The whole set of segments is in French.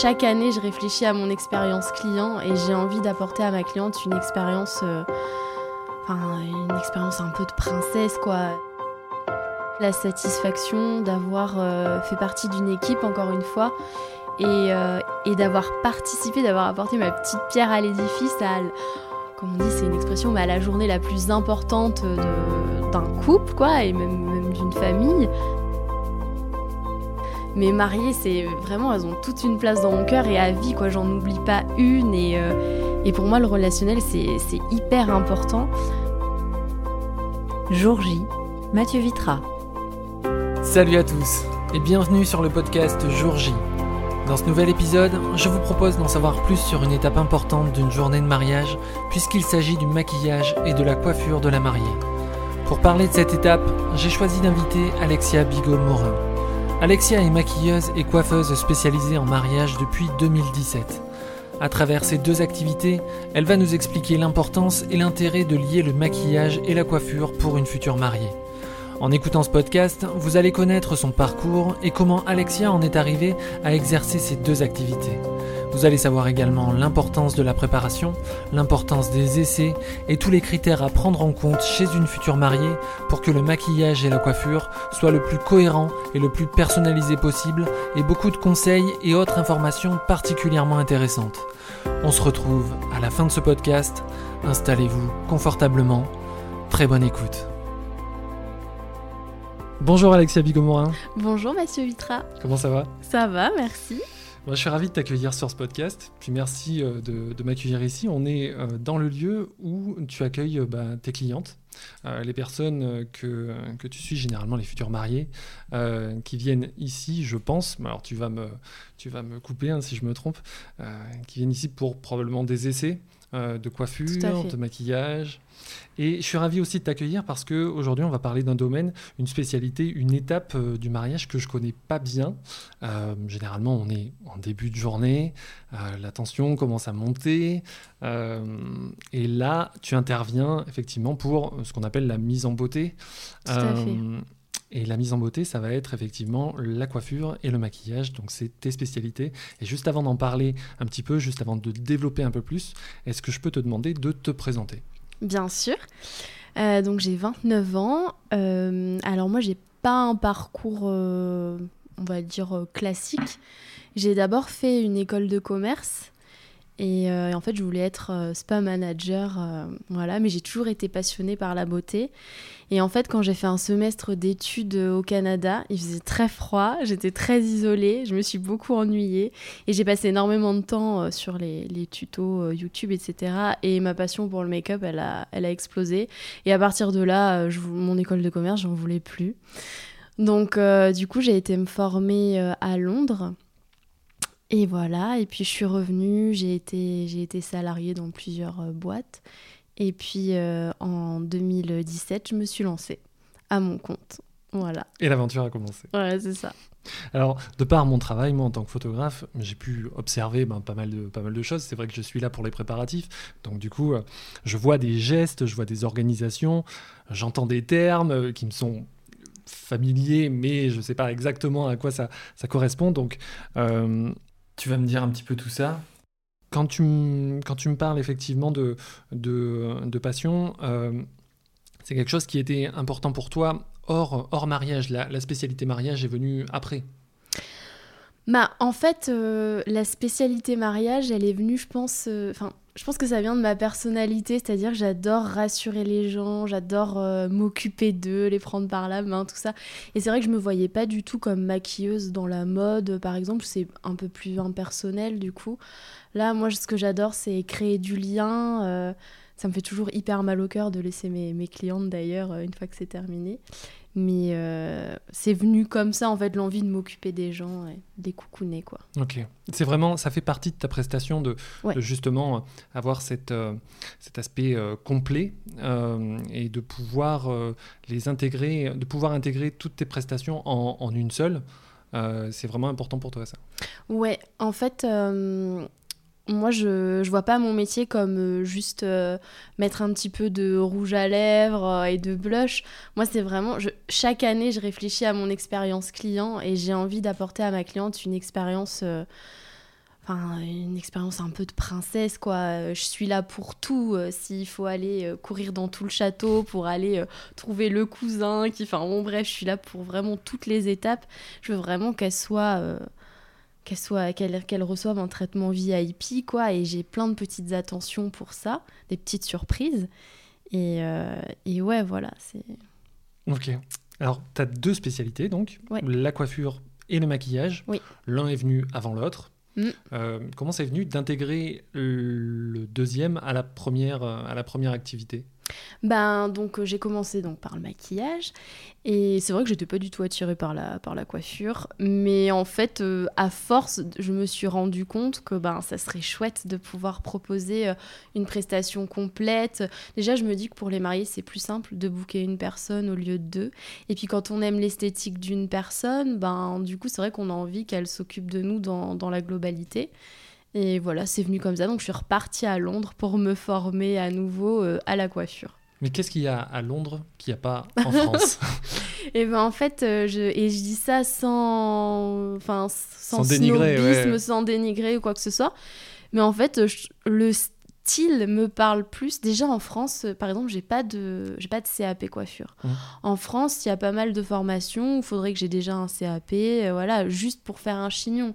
chaque année, je réfléchis à mon expérience client et j'ai envie d'apporter à ma cliente une expérience un peu de princesse, quoi. La satisfaction d'avoir fait partie d'une équipe, encore une fois, et d'avoir participé, d'avoir apporté ma petite pierre à l'édifice, comme on dit, c'est une expression, mais à la journée la plus importante d'un couple, quoi, et même d'une famille. Mes mariées, c'est vraiment, elles ont toute une place dans mon cœur et à vie, quoi. J'en oublie pas une et pour moi, le relationnel, c'est hyper important. Jour J, Mathieu Vitra. Salut à tous et bienvenue sur le podcast Jour J. Dans ce nouvel épisode, je vous propose d'en savoir plus sur une étape importante d'une journée de mariage puisqu'il s'agit du maquillage et de la coiffure de la mariée. Pour parler de cette étape, j'ai choisi d'inviter Alexia Bigot-Morin. Alexia est maquilleuse et coiffeuse spécialisée en mariage depuis 2017. À travers ces deux activités, elle va nous expliquer l'importance et l'intérêt de lier le maquillage et la coiffure pour une future mariée. En écoutant ce podcast, vous allez connaître son parcours et comment Alexia en est arrivée à exercer ces deux activités. Vous allez savoir également l'importance de la préparation, l'importance des essais et tous les critères à prendre en compte chez une future mariée pour que le maquillage et la coiffure soient le plus cohérents et le plus personnalisé possible et beaucoup de conseils et autres informations particulièrement intéressantes. On se retrouve à la fin de ce podcast. Installez-vous confortablement. Très bonne écoute. Bonjour Alexia Bigot-Morin. Bonjour Mathieu Vitra. Comment ça va ? Ça va, merci. Moi, je suis ravi de t'accueillir sur ce podcast, puis merci de m'accueillir ici. On est dans le lieu où tu accueilles tes clientes, les personnes que tu suis, généralement les futurs mariés, qui viennent ici, je pense, alors tu vas me couper si je me trompe, qui viennent ici pour probablement des essais de coiffure, de maquillage. Et je suis ravi aussi de t'accueillir parce qu'aujourd'hui, on va parler d'un domaine, une spécialité, une étape du mariage que je connais pas bien. Généralement, on est en début de journée, la tension commence à monter. Et là, tu interviens effectivement pour ce qu'on appelle la mise en beauté. Tout à fait. Et la mise en beauté, ça va être effectivement la coiffure et le maquillage, donc c'est tes spécialités. Et juste avant d'en parler un petit peu, juste avant de développer un peu plus, est-ce que je peux te demander de te présenter ? Bien sûr. Donc j'ai 29 ans. Alors moi, j'ai pas un parcours, on va dire, classique. J'ai d'abord fait une école de commerce. Et en fait, je voulais être spa manager, voilà, mais j'ai toujours été passionnée par la beauté. Et en fait, quand j'ai fait un semestre d'études au Canada, il faisait très froid, j'étais très isolée, je me suis beaucoup ennuyée. Et j'ai passé énormément de temps sur les tutos YouTube, etc. Et ma passion pour le make-up, elle a explosé. Et à partir de là, mon école de commerce, j'en voulais plus. Donc, du coup, j'ai été me former à Londres. Et voilà, et puis je suis revenue, j'ai été salariée dans plusieurs boîtes. Et puis en 2017, je me suis lancée à mon compte. Voilà. Et l'aventure a commencé. Ouais, c'est ça. Alors, de par mon travail, moi en tant que photographe, j'ai pu observer pas mal de choses. C'est vrai que je suis là pour les préparatifs. Donc du coup, je vois des gestes, je vois des organisations, j'entends des termes qui me sont familiers, mais je ne sais pas exactement à quoi ça correspond. Donc... tu vas me dire un petit peu tout ça. Quand tu me parles effectivement de passion, c'est quelque chose qui était important pour toi hors mariage. La spécialité mariage est venue après. En fait, la spécialité mariage, elle est venue, je pense que ça vient de ma personnalité, c'est-à-dire que j'adore rassurer les gens, j'adore m'occuper d'eux, les prendre par la main, tout ça. Et c'est vrai que je me voyais pas du tout comme maquilleuse dans la mode, par exemple, c'est un peu plus impersonnel du coup. Là, moi, ce que j'adore, c'est créer du lien. Ça me fait toujours hyper mal au cœur de laisser mes clientes d'ailleurs une fois que c'est terminé. Mais c'est venu comme ça, en fait, l'envie de m'occuper des gens et de les coucouner, quoi. Ok. C'est vraiment, ça fait partie de ta prestation de justement avoir cet aspect complet et de pouvoir intégrer toutes tes prestations en une seule. C'est vraiment important pour toi, ça. Ouais, en fait... Moi, je vois pas mon métier comme juste mettre un petit peu de rouge à lèvres et de blush. Moi, c'est vraiment... chaque année, je réfléchis à mon expérience client et j'ai envie d'apporter à ma cliente une expérience une expérience un peu de princesse, quoi. Je suis là pour tout. S'il faut aller courir dans tout le château pour aller trouver le cousin bref, je suis là pour vraiment toutes les étapes. Je veux vraiment qu'elle reçoive un traitement VIP, quoi. Et j'ai plein de petites attentions pour ça, des petites surprises. Et ouais, voilà, c'est... Ok. Alors, tu as 2 spécialités, donc. Ouais. La coiffure et le maquillage. Oui. L'un est venu avant l'autre. Mm. Comment c'est venu d'intégrer le deuxième à la première activité ? Donc j'ai commencé par le maquillage et c'est vrai que j'étais pas du tout attirée par la coiffure, mais en fait à force je me suis rendu compte que ça serait chouette de pouvoir proposer une prestation complète. Déjà je me dis que pour les mariés c'est plus simple de booker une personne au lieu de 2, et puis quand on aime l'esthétique d'une personne, du coup c'est vrai qu'on a envie qu'elle s'occupe de nous dans la globalité. Et voilà, c'est venu comme ça. Donc, je suis repartie à Londres pour me former à nouveau à la coiffure. Mais qu'est-ce qu'il y a à Londres qu'il n'y a pas en France ? Et en fait, je dis ça sans dénigrer, snobisme, sans dénigrer ou quoi que ce soit. Mais en fait, le style me parle plus. Déjà, en France, par exemple, j'ai pas de CAP coiffure. En France, il y a pas mal de formations où il faudrait que j'ai déjà un CAP, juste pour faire un chignon.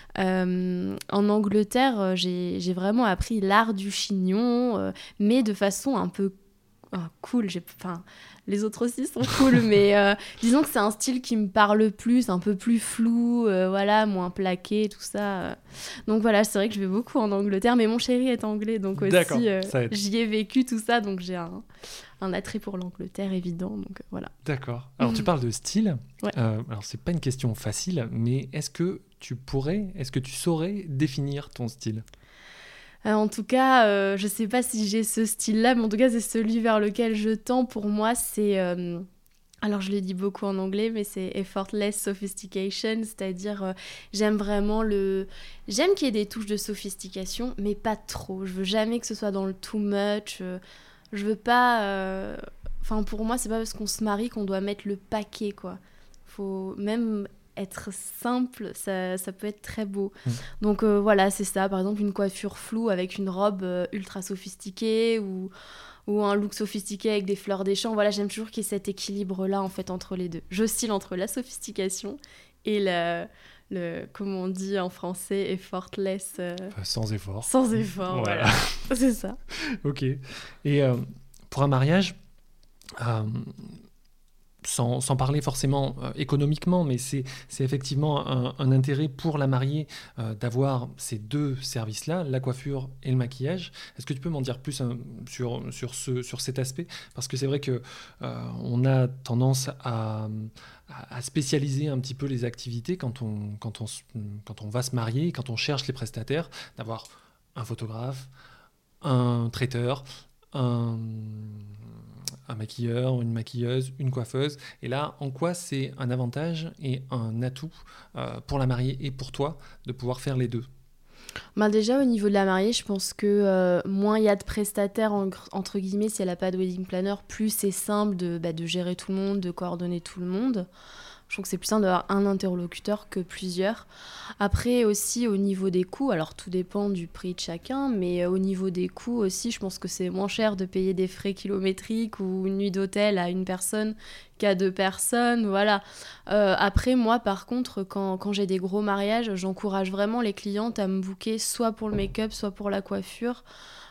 En Angleterre, j'ai vraiment appris l'art du chignon, mais de façon un peu cool. Les autres aussi sont cool, mais disons que c'est un style qui me parle plus, un peu plus flou, moins plaqué, tout ça. Donc voilà, c'est vrai que je vais beaucoup en Angleterre, mais mon chéri est anglais, donc aussi j'y ai vécu tout ça, donc j'ai un attrait pour l'Angleterre évident, donc voilà. D'accord. Alors tu parles de style. Ouais. Alors c'est pas une question facile, mais est-ce que tu saurais définir ton style ? En tout cas, je sais pas si j'ai ce style-là, mais en tout cas, c'est celui vers lequel je tends. Pour moi, c'est... alors, je le dis beaucoup en anglais, mais c'est effortless sophistication, c'est-à-dire j'aime vraiment J'aime qu'il y ait des touches de sophistication, mais pas trop. Je veux jamais que ce soit dans le too much. Je veux pas... pour moi, c'est pas parce qu'on se marie qu'on doit mettre le paquet, quoi. Faut même... être simple, ça peut être très beau. Donc voilà, c'est ça. Par exemple, une coiffure floue avec une robe ultra sophistiquée ou un look sophistiqué avec des fleurs des champs. Voilà, j'aime toujours qu'il y ait cet équilibre-là en fait entre les deux. J'oscille entre la sophistication et le comment on dit en français, effortless. Sans effort. Sans effort, voilà. C'est ça. Ok. Et pour un mariage... Sans parler forcément économiquement, mais c'est effectivement un intérêt pour la mariée d'avoir ces 2 services-là, la coiffure et le maquillage. Est-ce que tu peux m'en dire plus sur cet aspect ? Parce que c'est vrai qu'on a tendance à spécialiser un petit peu les activités quand on va se marier, quand on cherche les prestataires, d'avoir un photographe, un traiteur, un maquilleur, une maquilleuse, une coiffeuse. Et là, en quoi c'est un avantage et un atout pour la mariée et pour toi de pouvoir faire les 2 ? Déjà, au niveau de la mariée, je pense que moins il y a de prestataires, entre guillemets, si elle n'a pas de wedding planner, plus c'est simple de gérer tout le monde, de coordonner tout le monde. Je trouve que c'est plus simple d'avoir un interlocuteur que plusieurs. Après aussi au niveau des coûts, alors tout dépend du prix de chacun, mais au niveau des coûts aussi, je pense que c'est moins cher de payer des frais kilométriques ou une nuit d'hôtel à une personne qu'à 2 personnes, voilà. Après moi par contre, quand j'ai des gros mariages, j'encourage vraiment les clientes à me booker soit pour le make-up, soit pour la coiffure.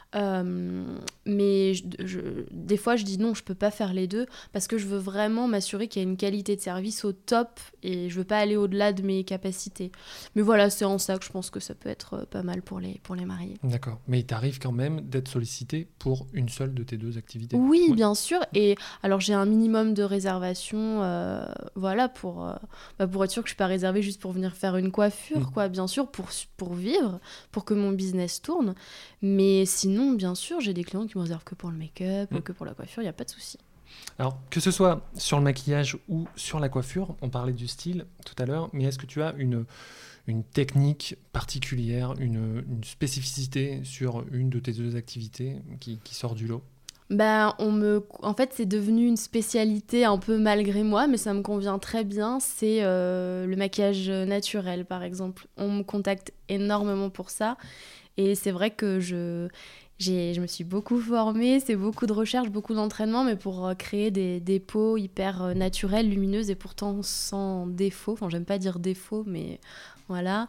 Mais des fois je dis non, je peux pas faire les 2 parce que je veux vraiment m'assurer qu'il y a une qualité de service au top et je veux pas aller au-delà de mes capacités. Mais voilà, c'est en ça que je pense que ça peut être pas mal pour les mariés. D'accord, mais il t'arrive quand même d'être sollicité pour une seule de tes 2 activités ? Oui, bien sûr. Et alors j'ai un minimum de réservation pour être sûr que je suis pas réservée juste pour venir faire une coiffure, quoi, bien sûr, pour vivre, pour que mon business tourne. Mais sinon, bien sûr, j'ai des clients qui me réservent que pour le make-up, que pour la coiffure, il n'y a pas de souci. Alors, que ce soit sur le maquillage ou sur la coiffure, on parlait du style tout à l'heure, mais est-ce que tu as une technique particulière, une spécificité sur une de tes 2 activités qui sort du lot ? En fait, c'est devenu une spécialité un peu malgré moi, mais ça me convient très bien. C'est le maquillage naturel, par exemple. On me contacte énormément pour ça. Et c'est vrai que je me suis beaucoup formée. C'est beaucoup de recherche, beaucoup d'entraînement, mais pour créer des peaux hyper naturelles, lumineuses et pourtant sans défaut. Enfin, j'aime pas dire défaut, mais voilà.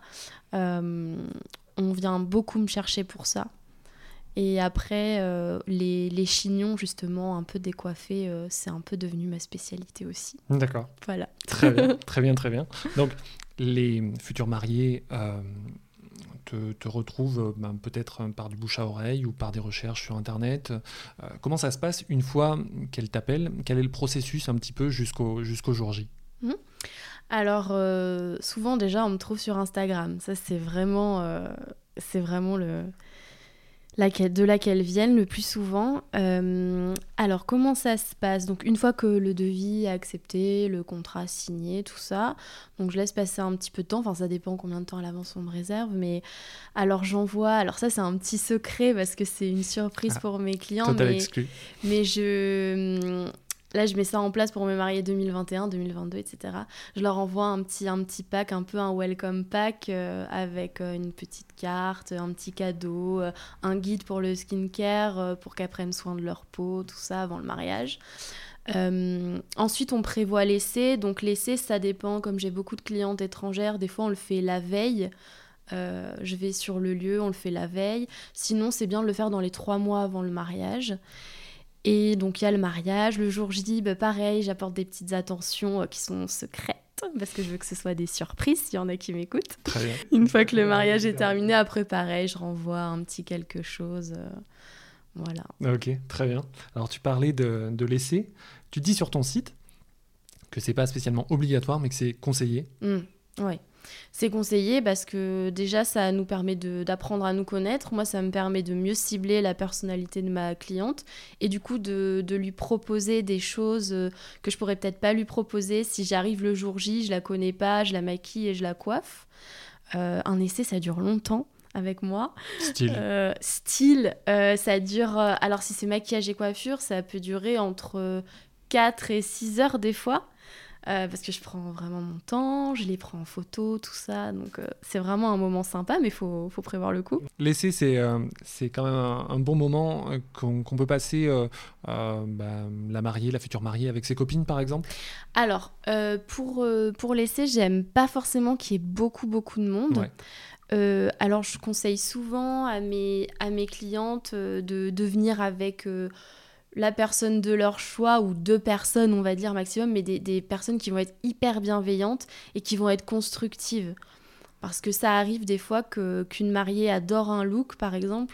On vient beaucoup me chercher pour ça. Et après, les chignons, justement, un peu décoiffés, c'est un peu devenu ma spécialité aussi. D'accord. Voilà. Très bien, très bien, très bien. Donc, les futurs mariés te retrouvent peut-être par du bouche à oreille ou par des recherches sur Internet. Comment ça se passe une fois qu'elles t'appellent ? Quel est le processus un petit peu jusqu'au jour J ? Alors, souvent, déjà, on me trouve sur Instagram. Ça, c'est vraiment de laquelle viennent le plus souvent. Alors, comment ça se passe ? Donc, une fois que le devis est accepté, le contrat signé, tout ça, donc je laisse passer un petit peu de temps. Enfin, ça dépend combien de temps à l'avance on me réserve. Mais alors, j'envoie... Alors ça, c'est un petit secret parce que c'est une surprise pour mes clients. Total exclu. Mais là, je mets ça en place pour mes mariés 2021, 2022, etc. Je leur envoie un petit pack, un peu un welcome pack avec une petite carte, un petit cadeau, un guide pour le skincare, pour qu'elles prennent soin de leur peau, tout ça avant le mariage. Ensuite, on prévoit l'essai. Donc l'essai, ça dépend. Comme j'ai beaucoup de clientes étrangères, des fois, on le fait la veille. Je vais sur le lieu, on le fait la veille. Sinon, c'est bien de le faire dans les 3 mois avant le mariage. Et donc, il y a le mariage. Le jour J, pareil, j'apporte des petites attentions qui sont secrètes parce que je veux que ce soit des surprises s'il y en a qui m'écoutent. Très bien. Une fois que le mariage est terminé, après, pareil, je renvoie un petit quelque chose. Voilà. Ok, très bien. Alors, tu parlais de l'essai. Tu dis sur ton site que c'est pas spécialement obligatoire, mais que c'est conseillé. Oui. C'est conseillé parce que déjà, ça nous permet d'apprendre à nous connaître. Moi, ça me permet de mieux cibler la personnalité de ma cliente et du coup de lui proposer des choses que je pourrais peut-être pas lui proposer si j'arrive le jour J, je la connais pas, je la maquille et je la coiffe. Un essai, ça dure longtemps avec moi. Style, ça dure... alors, si c'est maquillage et coiffure, ça peut durer entre 4 et 6 heures des fois. Parce que je prends vraiment mon temps, je les prends en photo, tout ça. Donc, c'est vraiment un moment sympa, mais il faut prévoir le coup. L'essai, c'est quand même un bon moment qu'on peut passer la mariée, la future mariée avec ses copines, par exemple. Alors, pour l'essai, j'aime pas forcément qu'il y ait beaucoup de monde. Ouais. Alors, je conseille souvent à mes clientes de venir avec... la personne de leur choix, ou 2 personnes, on va dire maximum, mais des personnes qui vont être hyper bienveillantes et qui vont être constructives. Parce que ça arrive des fois qu'une mariée adore un look, par exemple,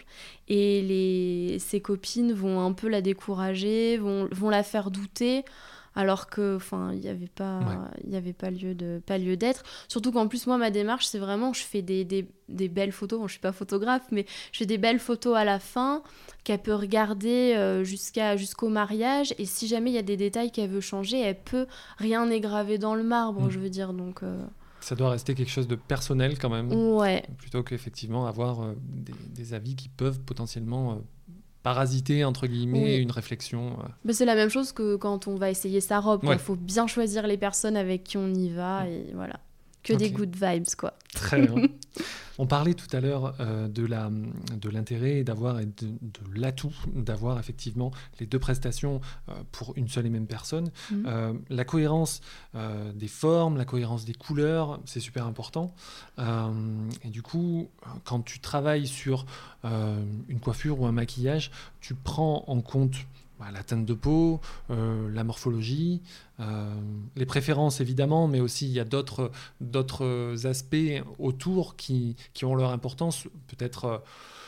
et ses copines vont un peu la décourager, vont la faire douter, alors que il n'y avait pas lieu d'être. Surtout qu'en plus, moi, ma démarche, c'est vraiment, je fais des belles photos. Bon, je ne suis pas photographe, mais je fais des belles photos à la fin qu'elle peut regarder jusqu'au mariage. Et si jamais il y a des détails qu'elle veut changer, elle peut. Rien n'est gravé dans le marbre, je veux dire. Donc, ça doit rester quelque chose de personnel quand même. Ouais. Plutôt qu'effectivement avoir des avis qui peuvent potentiellement... parasiter, entre guillemets, une réflexion. C'est la même chose que quand on va essayer sa robe. Il faut bien choisir les personnes avec qui on y va. Et voilà. Que des good vibes, quoi. Très bien. On parlait tout à l'heure de l'intérêt d'avoir et de l'atout d'avoir effectivement les 2 prestations pour une seule et même personne. La cohérence des formes, la cohérence des couleurs, c'est super important. Et du coup, quand tu travailles sur une coiffure ou un maquillage, tu prends en compte la teinte de peau, la morphologie, les préférences évidemment, mais aussi il y a d'autres aspects autour qui ont leur importance, peut-être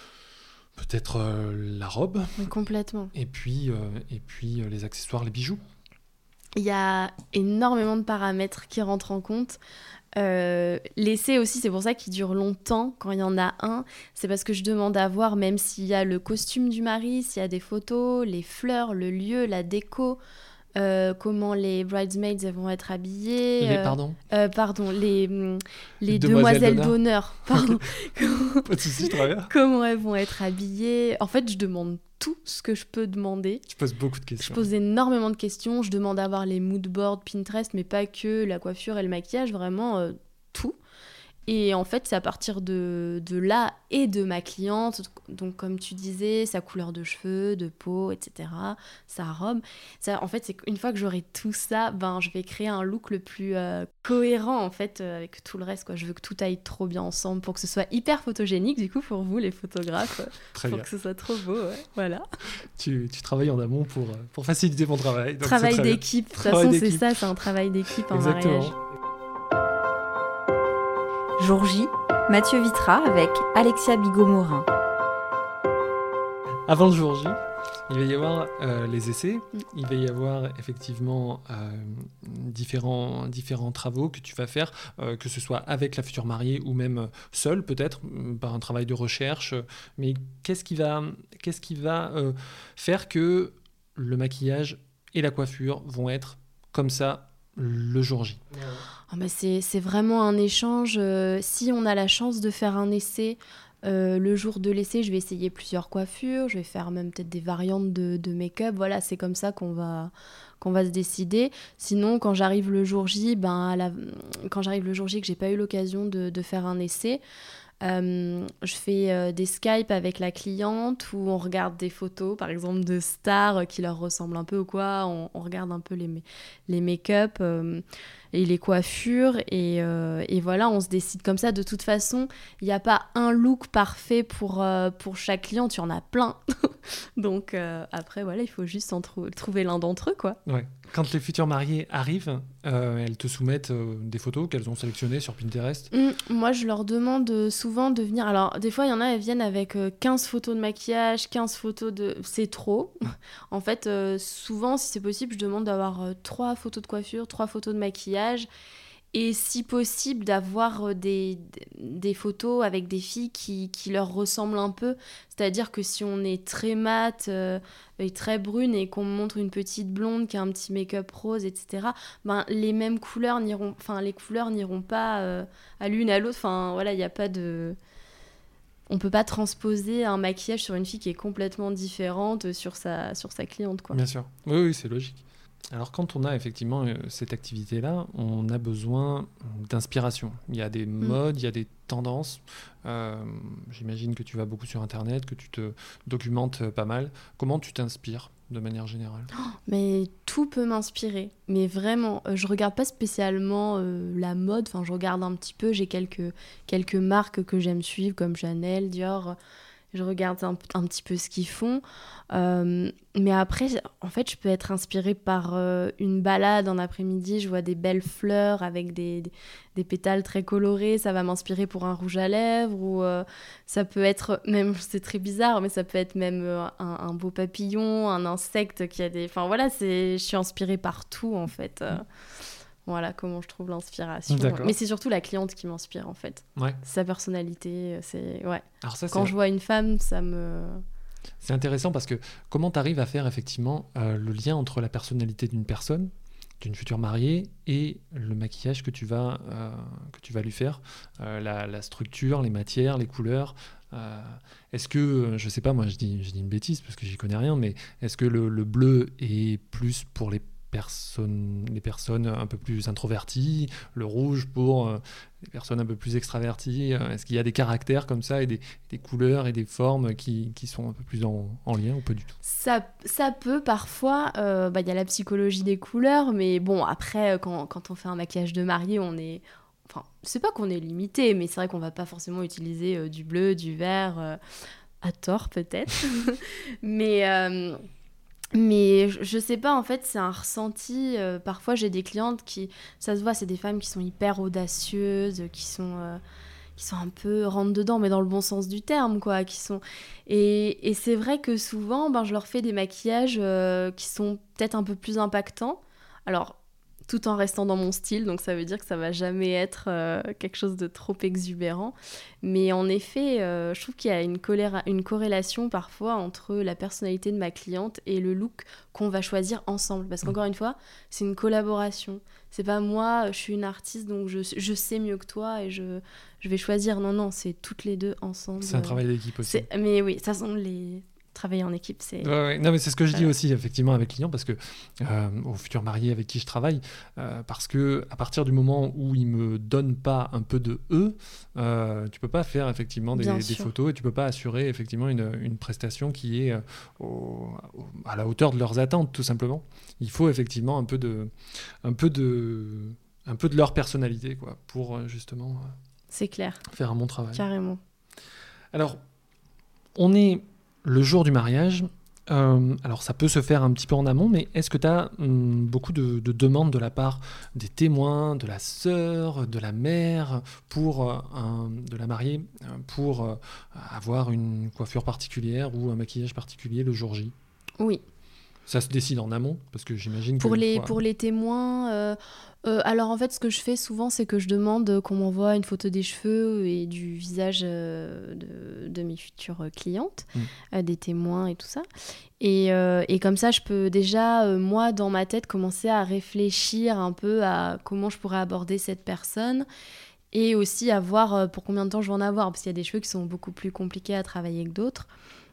la robe. Mais complètement. Et puis les accessoires, les bijoux. Il y a énormément de paramètres qui rentrent en compte. L'essai aussi, c'est pour ça qu'il dure longtemps quand il y en a un. C'est parce que je demande à voir, même s'il y a le costume du mari, s'il y a des photos, les fleurs, le lieu, la déco, comment les bridesmaids elles vont être habillées. Les demoiselles d'honneur. Pardon. Pas de soucis, très bien. Comment elles vont être habillées. En fait, je demande tout ce que je peux demander. Tu poses beaucoup de questions. Je pose énormément de questions. Je demande à voir les mood boards Pinterest, mais pas que la coiffure et le maquillage, vraiment tout. Et en fait, c'est à partir de là et de ma cliente, donc comme tu disais, sa couleur de cheveux, de peau, etc., sa robe. Ça, en fait, c'est qu'une fois que j'aurai tout ça, je vais créer un look le plus cohérent en fait avec tout le reste, quoi. Je veux que tout aille trop bien ensemble pour que ce soit hyper photogénique, du coup, pour vous, les photographes, pour que ce soit trop beau, ouais. Voilà. Tu travailles en amont pour faciliter mon travail. Donc travail d'équipe, de toute façon, c'est ça, c'est un travail d'équipe en mariage. Jour J, Mathieu Vitra avec Alexia Bigot-Morin. Avant le jour J, il va y avoir les essais, il va y avoir effectivement différents travaux que tu vas faire, que ce soit avec la future mariée ou même seule peut-être, par un travail de recherche. Mais qu'est-ce qui va faire que le maquillage et la coiffure vont être comme ça le jour J? C'est vraiment un échange. Si on a la chance de faire un essai, le jour de l'essai, je vais essayer plusieurs coiffures, je vais faire même peut-être des variantes de make-up. Voilà, c'est comme ça qu'on va se décider. Sinon, quand j'arrive le jour J, que j'ai pas eu l'occasion de faire un essai, je fais des Skype avec la cliente où on regarde des photos, par exemple de stars qui leur ressemblent un peu ou quoi. On regarde un peu les make-up et les coiffures et voilà, on se décide comme ça. De toute façon, il n'y a pas un look parfait pour chaque cliente, il y en a plein. Donc après, voilà, il faut juste trouver l'un d'entre eux, quoi. Ouais. Quand les futures mariées arrivent, elles te soumettent des photos qu'elles ont sélectionnées sur Pinterest. Moi, je leur demande souvent de venir. Alors, des fois, il y en a, elles viennent avec 15 photos de maquillage, 15 photos de... C'est trop. En fait, souvent, si c'est possible, je demande d'avoir 3 photos de coiffure, 3 photos de maquillage. Et si possible, d'avoir des photos avec des filles qui leur ressemblent un peu. C'est-à-dire que si on est très mat et très brune et qu'on me montre une petite blonde qui a un petit make-up rose, etc., les mêmes couleurs n'iront pas à l'une à l'autre. Enfin, voilà, il n'y a pas de... On peut pas transposer un maquillage sur une fille qui est complètement différente sur sa cliente, quoi. Bien sûr. Oui, c'est logique. Alors quand on a effectivement cette activité-là, on a besoin d'inspiration. Il y a des modes, il y a des tendances. J'imagine que tu vas beaucoup sur Internet, que tu te documentes pas mal. Comment tu t'inspires de manière générale ? Mais tout peut m'inspirer. Mais vraiment, je regarde pas spécialement la mode. Enfin, je regarde un petit peu. J'ai quelques marques que j'aime suivre, comme Chanel, Dior. Je regarde un petit peu ce qu'ils font. Mais après, en fait, je peux être inspirée par une balade en après-midi. Je vois des belles fleurs avec des pétales très colorés. Ça va m'inspirer pour un rouge à lèvres. Ou ça peut être même, c'est très bizarre, mais ça peut être même un beau papillon, un insecte qui a des... Enfin voilà, je suis inspirée par tout, en fait. Voilà comment je trouve l'inspiration. D'accord. Mais c'est surtout la cliente qui m'inspire, en fait. Ouais. Sa personnalité, c'est... Ouais. Alors ça, quand je vois une femme, ça me... C'est intéressant parce que comment tu arrives à faire effectivement le lien entre la personnalité d'une personne, d'une future mariée, et le maquillage que tu vas lui faire, la structure, les matières, les couleurs. Est-ce que, je sais pas, moi je dis une bêtise parce que j'y connais rien, mais est-ce que le bleu est plus pour les personnes un peu plus introverties, le rouge pour les personnes un peu plus extraverties? Est-ce qu'il y a des caractères comme ça et des couleurs et des formes qui sont un peu plus en lien ou pas du tout? Ça peut parfois, y a la psychologie des couleurs, mais bon, après, quand on fait un maquillage de mariée, on est... Enfin, c'est pas qu'on est limité, mais c'est vrai qu'on va pas forcément utiliser du bleu, du vert, à tort peut-être. Mais je sais pas, en fait, c'est un ressenti. Parfois, j'ai des clientes qui, ça se voit, c'est des femmes qui sont hyper audacieuses, qui sont un peu rentre-dedans, mais dans le bon sens du terme, quoi. Et c'est vrai que souvent, je leur fais des maquillages qui sont peut-être un peu plus impactants. Alors, tout en restant dans mon style, donc ça veut dire que ça va jamais être quelque chose de trop exubérant. Mais en effet, je trouve qu'il y a une corrélation parfois entre la personnalité de ma cliente et le look qu'on va choisir ensemble. Parce qu'encore une fois, c'est une collaboration. C'est pas moi, je suis une artiste, donc je sais mieux que toi et je vais choisir. Non, c'est toutes les deux ensemble. C'est un travail d'équipe aussi. Mais oui, ça sont les travailler en équipe, c'est... Ouais. Non, mais c'est ce que je dis aussi, effectivement, avec clients, parce que aux futurs mariés avec qui je travaille, parce que à partir du moment où ils me donnent pas un peu de eux, tu peux pas faire effectivement des photos et tu peux pas assurer effectivement une prestation qui est à la hauteur de leurs attentes, tout simplement. Il faut effectivement un peu de leur personnalité, quoi, pour justement c'est clair. Faire un bon travail. Carrément. Alors, on est le jour du mariage. Alors, ça peut se faire un petit peu en amont, mais est-ce que tu as beaucoup de demandes de la part des témoins, de la sœur, de la mère, de la mariée, pour avoir une coiffure particulière ou un maquillage particulier le jour J ? Oui. Ça se décide en amont, parce que j'imagine pour les témoins, alors en fait, ce que je fais souvent, c'est que je demande qu'on m'envoie une photo des cheveux et du visage de mes futures clientes, des témoins et tout ça. Et comme ça, je peux déjà, moi, dans ma tête, commencer à réfléchir un peu à comment je pourrais aborder cette personne et aussi à voir pour combien de temps je vais en avoir, parce qu'il y a des cheveux qui sont beaucoup plus compliqués à travailler que d'autres.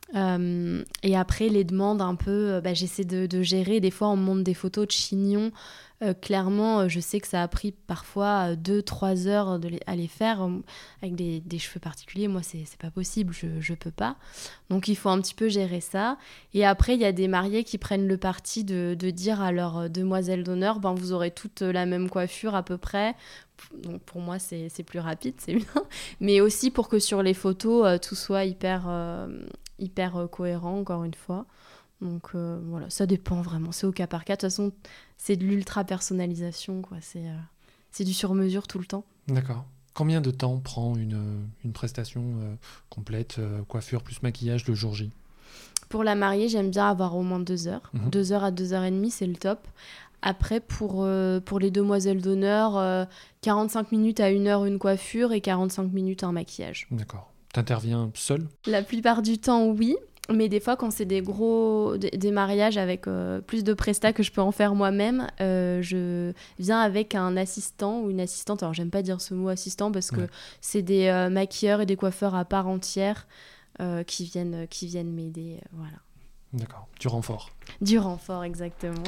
Et après les demandes un peu, j'essaie de gérer. Des fois on me montre des photos de chignons, clairement je sais que ça a pris parfois 2-3 heures à les faire avec des cheveux particuliers. Moi c'est pas possible, je peux pas, donc il faut un petit peu gérer ça. Et après il y a des mariés qui prennent le parti de dire à leur demoiselle d'honneur, vous aurez toutes la même coiffure à peu près. Donc pour moi c'est plus rapide, c'est bien, mais aussi pour que sur les photos tout soit hyper cohérent, encore une fois. Donc voilà, ça dépend vraiment, c'est au cas par cas. De toute façon, c'est de l'ultra personnalisation, quoi. C'est du sur-mesure tout le temps. D'accord. Combien de temps prend une prestation complète, coiffure plus maquillage le jour J ? Pour la mariée, j'aime bien avoir au moins 2 heures. 2 heures à 2h30, c'est le top. Après, pour les demoiselles d'honneur, 45 minutes à 1 heure une coiffure et 45 minutes un maquillage. D'accord. T'interviens seule ? La plupart du temps, oui. Mais des fois, quand c'est des mariages avec plus de prestats que je peux en faire moi-même, je viens avec un assistant ou une assistante. Alors, j'aime pas dire ce mot assistant parce que c'est des maquilleurs et des coiffeurs à part entière qui viennent m'aider. Voilà. D'accord. Du renfort. Du renfort, exactement.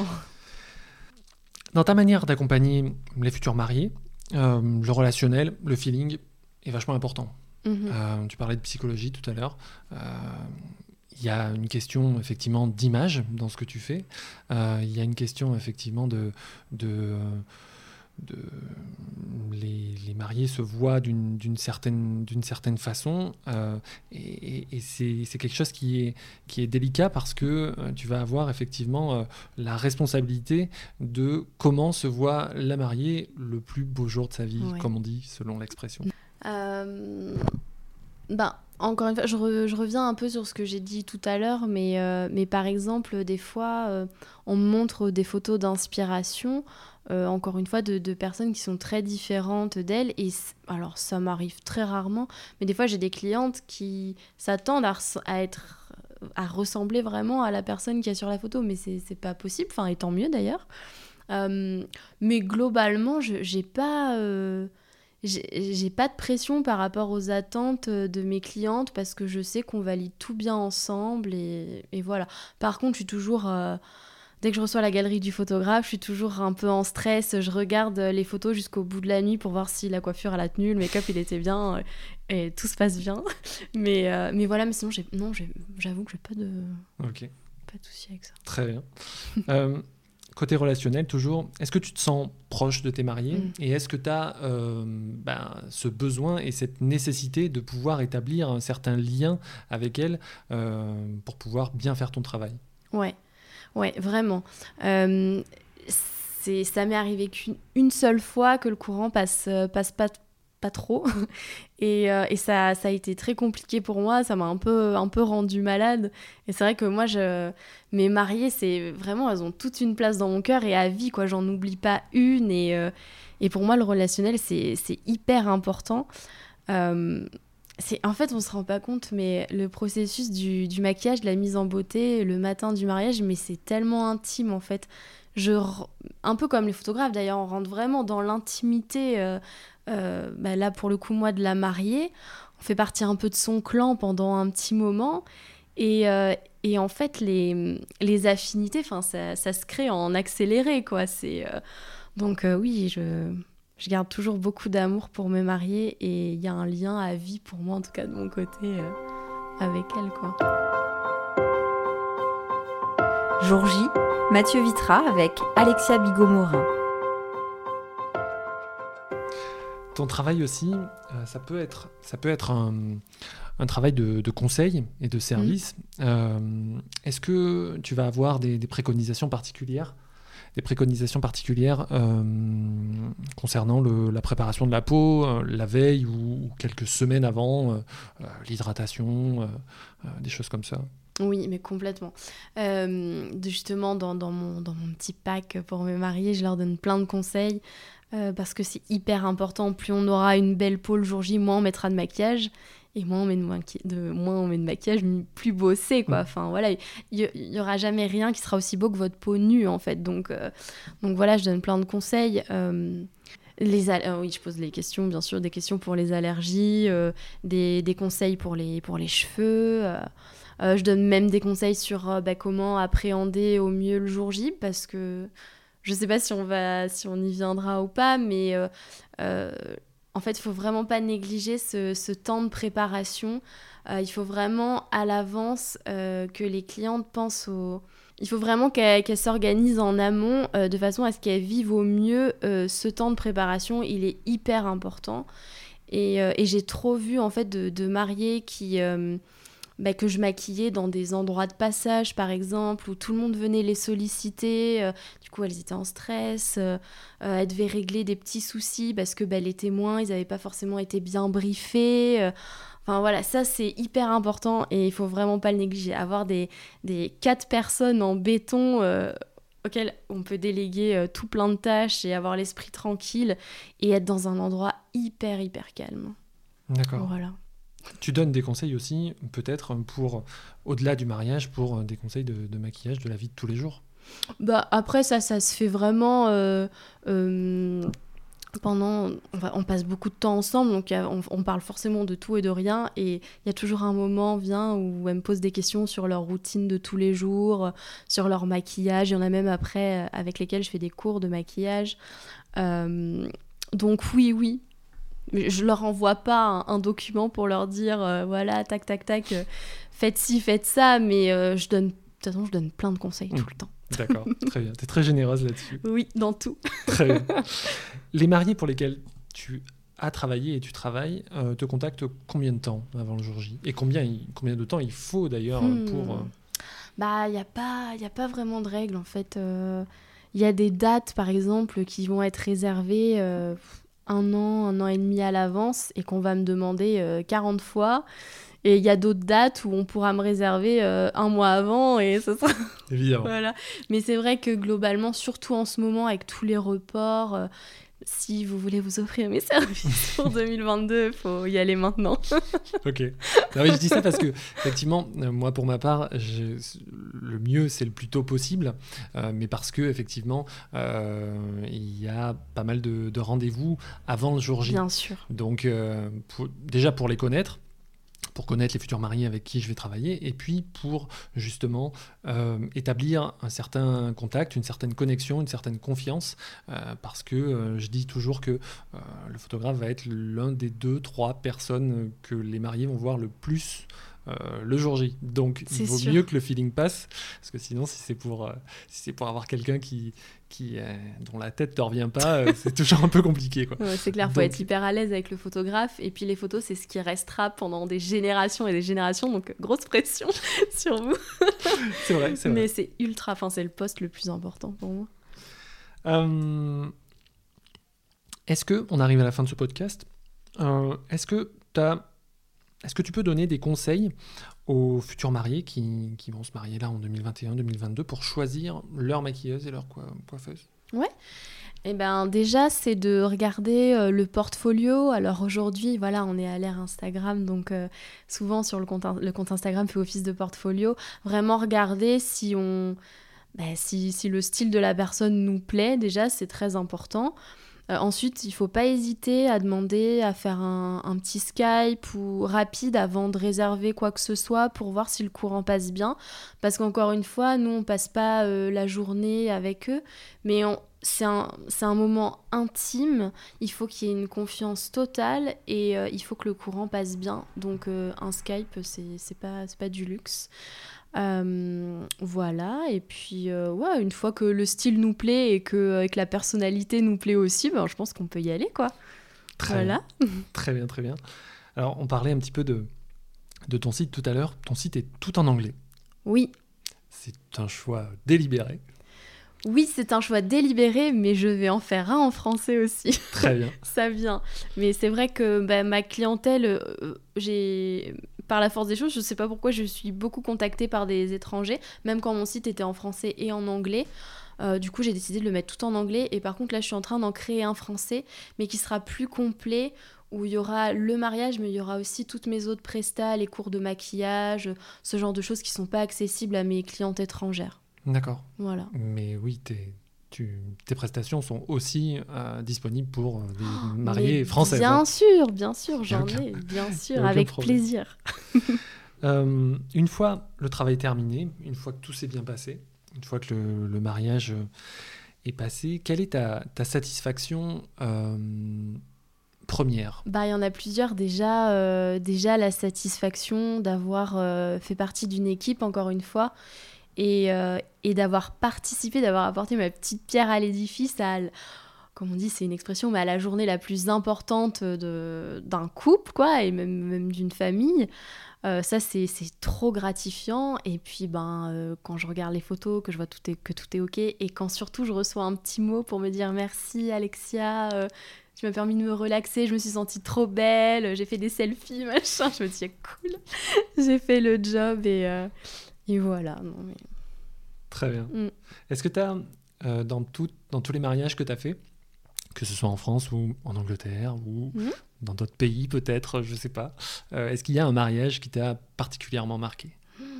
Dans ta manière d'accompagner les futurs mariés, le relationnel, le feeling est vachement important. Tu parlais de psychologie tout à l'heure. Il y a une question effectivement d'image dans ce que tu fais. Il y a une question effectivement les mariés se voient d'une certaine façon et c'est quelque chose qui est délicat parce que tu vas avoir effectivement la responsabilité de comment se voit la mariée le plus beau jour de sa vie, comme on dit selon l'expression. Encore une fois, je reviens un peu sur ce que j'ai dit tout à l'heure, mais par exemple, des fois, on me montre des photos d'inspiration, encore une fois, de personnes qui sont très différentes d'elles. Et alors, ça m'arrive très rarement, mais des fois, j'ai des clientes qui s'attendent à ressembler vraiment à la personne qui est sur la photo, mais c'est pas possible, et tant mieux d'ailleurs. Mais globalement, j'ai pas de pression par rapport aux attentes de mes clientes parce que je sais qu'on valide tout bien ensemble et voilà. Par contre, je suis toujours... dès que je reçois la galerie du photographe, je suis toujours un peu en stress. Je regarde les photos jusqu'au bout de la nuit pour voir si la coiffure elle a tenu, le make-up il était bien et tout se passe bien. Mais voilà, mais sinon j'avoue que j'ai pas de souci avec ça. Très bien. Côté relationnel, toujours, est-ce que tu te sens proche de tes mariés et est-ce que tu as ce besoin et cette nécessité de pouvoir établir un certain lien avec elles pour pouvoir bien faire ton travail ? Ouais, vraiment. Ça m'est arrivé qu'une seule fois que le courant passe pas trop et ça a été très compliqué pour moi, ça m'a un peu rendu malade et c'est vrai que moi mes mariées, c'est vraiment, elles ont toute une place dans mon cœur et à vie, quoi, j'en oublie pas une et pour moi le relationnel c'est hyper important. En fait on se rend pas compte, mais le processus du maquillage, de la mise en beauté le matin du mariage, mais c'est tellement intime en fait. Un peu comme les photographes d'ailleurs, on rentre vraiment dans l'intimité là pour le coup moi de la mariée, on fait partie un peu de son clan pendant un petit moment et Et en fait, les affinités, ça se crée en accéléré, quoi. Donc oui, je garde toujours beaucoup d'amour pour me marier et il y a un lien à vie pour moi, en tout cas de mon côté, avec elle, quoi. Jour J, Mathieu Vitra avec Alexia Bigot-Morin. Ton travail aussi, ça peut être un travail de conseil et de service. Est-ce que tu vas avoir des préconisations particulières concernant la préparation de la peau, la veille ou quelques semaines avant, l'hydratation, des choses comme ça? Oui, mais complètement. Justement, dans mon petit pack pour me marier, je leur donne plein de conseils parce que c'est hyper important. Plus on aura une belle peau le jour J, moins on mettra de maquillage. Et moins on met de maquillage, plus beau c'est, quoi. Enfin, voilà, il y aura jamais rien qui sera aussi beau que votre peau nue, en fait. Donc voilà, je donne plein de conseils. Oui, je pose les questions, bien sûr, des questions pour les allergies, des conseils pour les cheveux. Je donne même des conseils sur comment appréhender au mieux le jour J, parce que je sais pas si on y viendra ou pas, mais en fait, il faut vraiment pas négliger ce temps de préparation. Il faut vraiment à l'avance que les clientes pensent Il faut vraiment qu'elles s'organisent en amont de façon à ce qu'elles vivent au mieux ce temps de préparation. Il est hyper important. Et j'ai trop vu en fait de mariées que je maquillais dans des endroits de passage, par exemple, où tout le monde venait les solliciter. Du coup, elles étaient en stress. Elles devaient régler des petits soucis parce que les témoins, ils n'avaient pas forcément été bien briefés. Enfin, voilà, ça, c'est hyper important et il ne faut vraiment pas le négliger. Avoir des 4 personnes en béton auxquelles on peut déléguer tout plein de tâches et avoir l'esprit tranquille et être dans un endroit hyper, hyper calme. D'accord. Voilà. Tu donnes des conseils aussi, peut-être, au-delà du mariage, pour des conseils de maquillage de la vie de tous les jours? Après, ça se fait vraiment pendant... On passe beaucoup de temps ensemble, donc on parle forcément de tout et de rien, et il y a toujours un moment où elles me posent des questions sur leur routine de tous les jours, sur leur maquillage. Il y en a même après avec lesquels je fais des cours de maquillage. Donc oui. Je leur envoie pas un document pour leur dire voilà, tac, tac, tac, faites ci, faites ça, mais de toute façon, je donne plein de conseils tout le temps. D'accord, très bien. T'es très généreuse là-dessus. Oui, dans tout. Très bien. Les mariés pour lesquels tu as travaillé et tu travailles te contactent combien de temps avant le jour J? Et combien de temps il faut d'ailleurs pour... Il y a pas vraiment de règles, en fait. Il y a des dates, par exemple, qui vont être réservées... 1 an et demi à l'avance et qu'on va me demander 40 fois. Et il y a d'autres dates où on pourra me réserver 1 mois avant et ce sera... Évidemment. Voilà. Mais c'est vrai que globalement, surtout en ce moment, avec tous les reports, si vous voulez vous offrir mes services pour 2022, il faut y aller maintenant. Ok. Non, mais je dis ça parce que, effectivement, moi, pour ma part, le mieux, c'est le plus tôt possible, mais parce que, effectivement, il y a pas mal de rendez-vous avant le jour J. Bien sûr. Donc, déjà pour les connaître, pour connaître les futurs mariés avec qui je vais travailler, et puis pour justement établir un certain contact, une certaine connexion, une certaine confiance, parce que je dis toujours que le photographe va être l'un des 2-3 personnes que les mariés vont voir le plus le jour J. Donc il vaut mieux que le feeling passe, parce que sinon si c'est pour avoir quelqu'un dont la tête ne revient pas, c'est toujours un peu compliqué, quoi. Ouais, c'est clair, il faut être hyper à l'aise avec le photographe, et puis les photos, c'est ce qui restera pendant des générations et des générations, donc grosse pression sur vous. C'est vrai. Mais c'est ultra, c'est le poste le plus important pour moi. Est-ce qu'on arrive à la fin de ce podcast, est-ce que tu peux donner des conseils aux futurs mariés qui vont se marier là en 2021-2022 pour choisir leur maquilleuse et leur coiffeuse? Ouais. Déjà, c'est de regarder le portfolio. Alors aujourd'hui, voilà, on est à l'ère Instagram, donc souvent sur le compte Instagram fait office de portfolio. Vraiment regarder si le style de la personne nous plaît, déjà, c'est très important. Ensuite, il ne faut pas hésiter à demander à faire un petit Skype ou rapide avant de réserver quoi que ce soit pour voir si le courant passe bien. Parce qu'encore une fois, nous, on ne passe pas la journée avec eux, mais c'est un moment intime. Il faut qu'il y ait une confiance totale et il faut que le courant passe bien. Donc, un Skype, c'est pas du luxe. Voilà, et puis une fois que le style nous plaît et que la personnalité nous plaît aussi, je pense qu'on peut y aller, quoi. Très bien. Très bien, très bien. Alors, on parlait un petit peu de ton site tout à l'heure. Ton site est tout en anglais. Oui. C'est un choix délibéré. Oui, c'est un choix délibéré, mais je vais en faire un en français aussi. Très bien. Ça vient. Mais c'est vrai que ma clientèle, par la force des choses, je ne sais pas pourquoi je suis beaucoup contactée par des étrangers, même quand mon site était en français et en anglais. Du coup, j'ai décidé de le mettre tout en anglais. Et par contre, là, je suis en train d'en créer un français, mais qui sera plus complet, où il y aura le mariage, mais il y aura aussi toutes mes autres prestats, les cours de maquillage, ce genre de choses qui ne sont pas accessibles à mes clientes étrangères. D'accord. Voilà. Mais oui, tes prestations sont aussi disponibles pour des mariés français. Bien sûr, j'en ai, bien sûr, avec plaisir. Une fois le travail terminé, une fois que tout s'est bien passé, une fois que le mariage est passé, quelle est ta satisfaction première ? Il y en a plusieurs. Déjà, la satisfaction d'avoir fait partie d'une équipe, encore une fois, et d'avoir participé, d'avoir apporté ma petite pierre à l'édifice, comme on dit, c'est une expression, mais à la journée la plus importante d'un couple, quoi, et même d'une famille. Ça, c'est trop gratifiant. Et puis, quand je regarde les photos, que je vois que tout est OK, et quand surtout je reçois un petit mot pour me dire « Merci Alexia, tu m'as permis de me relaxer, je me suis sentie trop belle, j'ai fait des selfies, machin. » Je me dis « Cool, j'ai fait le job. » Et voilà. Non, mais... Très bien. Est-ce que tu as, dans tous les mariages que tu as fait, que ce soit en France ou en Angleterre ou dans d'autres pays peut-être, je ne sais pas, est-ce qu'il y a un mariage qui t'a particulièrement marqué ?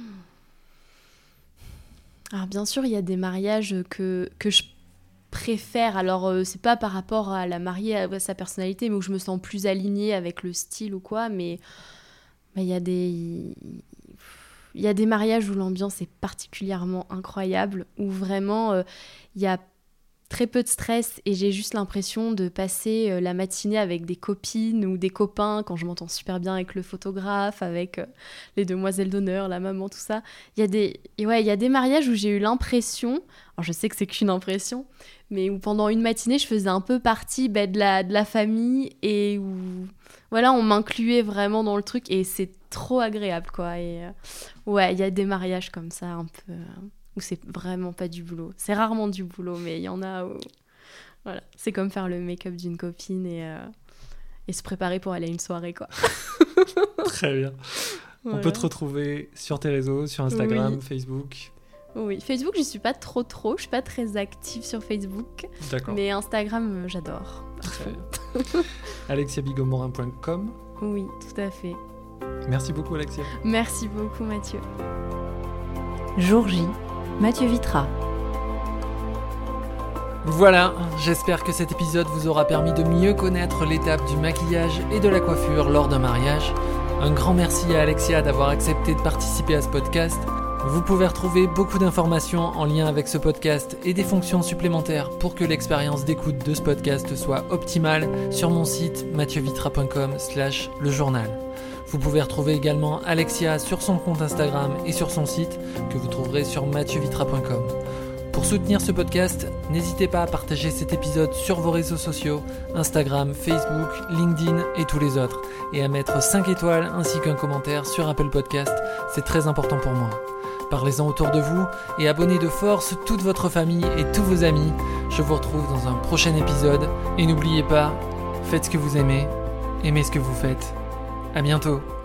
Alors bien sûr, il y a des mariages que je préfère. Alors, c'est pas par rapport à la mariée, à sa personnalité, mais où je me sens plus alignée avec le style ou quoi, mais il y a des mariages où l'ambiance est particulièrement incroyable, où vraiment il y a très peu de stress et j'ai juste l'impression de passer la matinée avec des copines ou des copains quand je m'entends super bien avec le photographe, avec les demoiselles d'honneur, la maman, tout ça. Il y a des mariages où j'ai eu l'impression, alors je sais que c'est qu'une impression, mais où pendant une matinée je faisais un peu partie de la famille et où voilà, on m'incluait vraiment dans le truc et c'est trop agréable, quoi. Et il y a des mariages comme ça un peu où c'est vraiment pas du boulot. C'est rarement du boulot, mais il y en a où voilà, c'est comme faire le make-up d'une copine et se préparer pour aller à une soirée, quoi. Très bien. Voilà. On peut te retrouver sur tes réseaux, sur Instagram, oui. Facebook. Oui, Facebook, j'y suis pas trop, je suis pas très active sur Facebook. D'accord. Mais Instagram, j'adore. Très bien. alexiabigomorin.com. Oui, tout à fait. Merci beaucoup, Alexia. Merci beaucoup, Mathieu. Jour J, Mathieu Vitra. Voilà, j'espère que cet épisode vous aura permis de mieux connaître l'étape du maquillage et de la coiffure lors d'un mariage. Un grand merci à Alexia d'avoir accepté de participer à ce podcast. Vous pouvez retrouver beaucoup d'informations en lien avec ce podcast et des fonctions supplémentaires pour que l'expérience d'écoute de ce podcast soit optimale sur mon site mathieuVitra.com/lejournal. Vous pouvez retrouver également Alexia sur son compte Instagram et sur son site que vous trouverez sur mathieuVitra.com. Pour soutenir ce podcast, n'hésitez pas à partager cet épisode sur vos réseaux sociaux, Instagram, Facebook, LinkedIn et tous les autres, et à mettre 5 étoiles ainsi qu'un commentaire sur Apple Podcast, c'est très important pour moi. Parlez-en autour de vous et abonnez de force toute votre famille et tous vos amis. Je vous retrouve dans un prochain épisode et n'oubliez pas, faites ce que vous aimez, aimez ce que vous faites. À bientôt.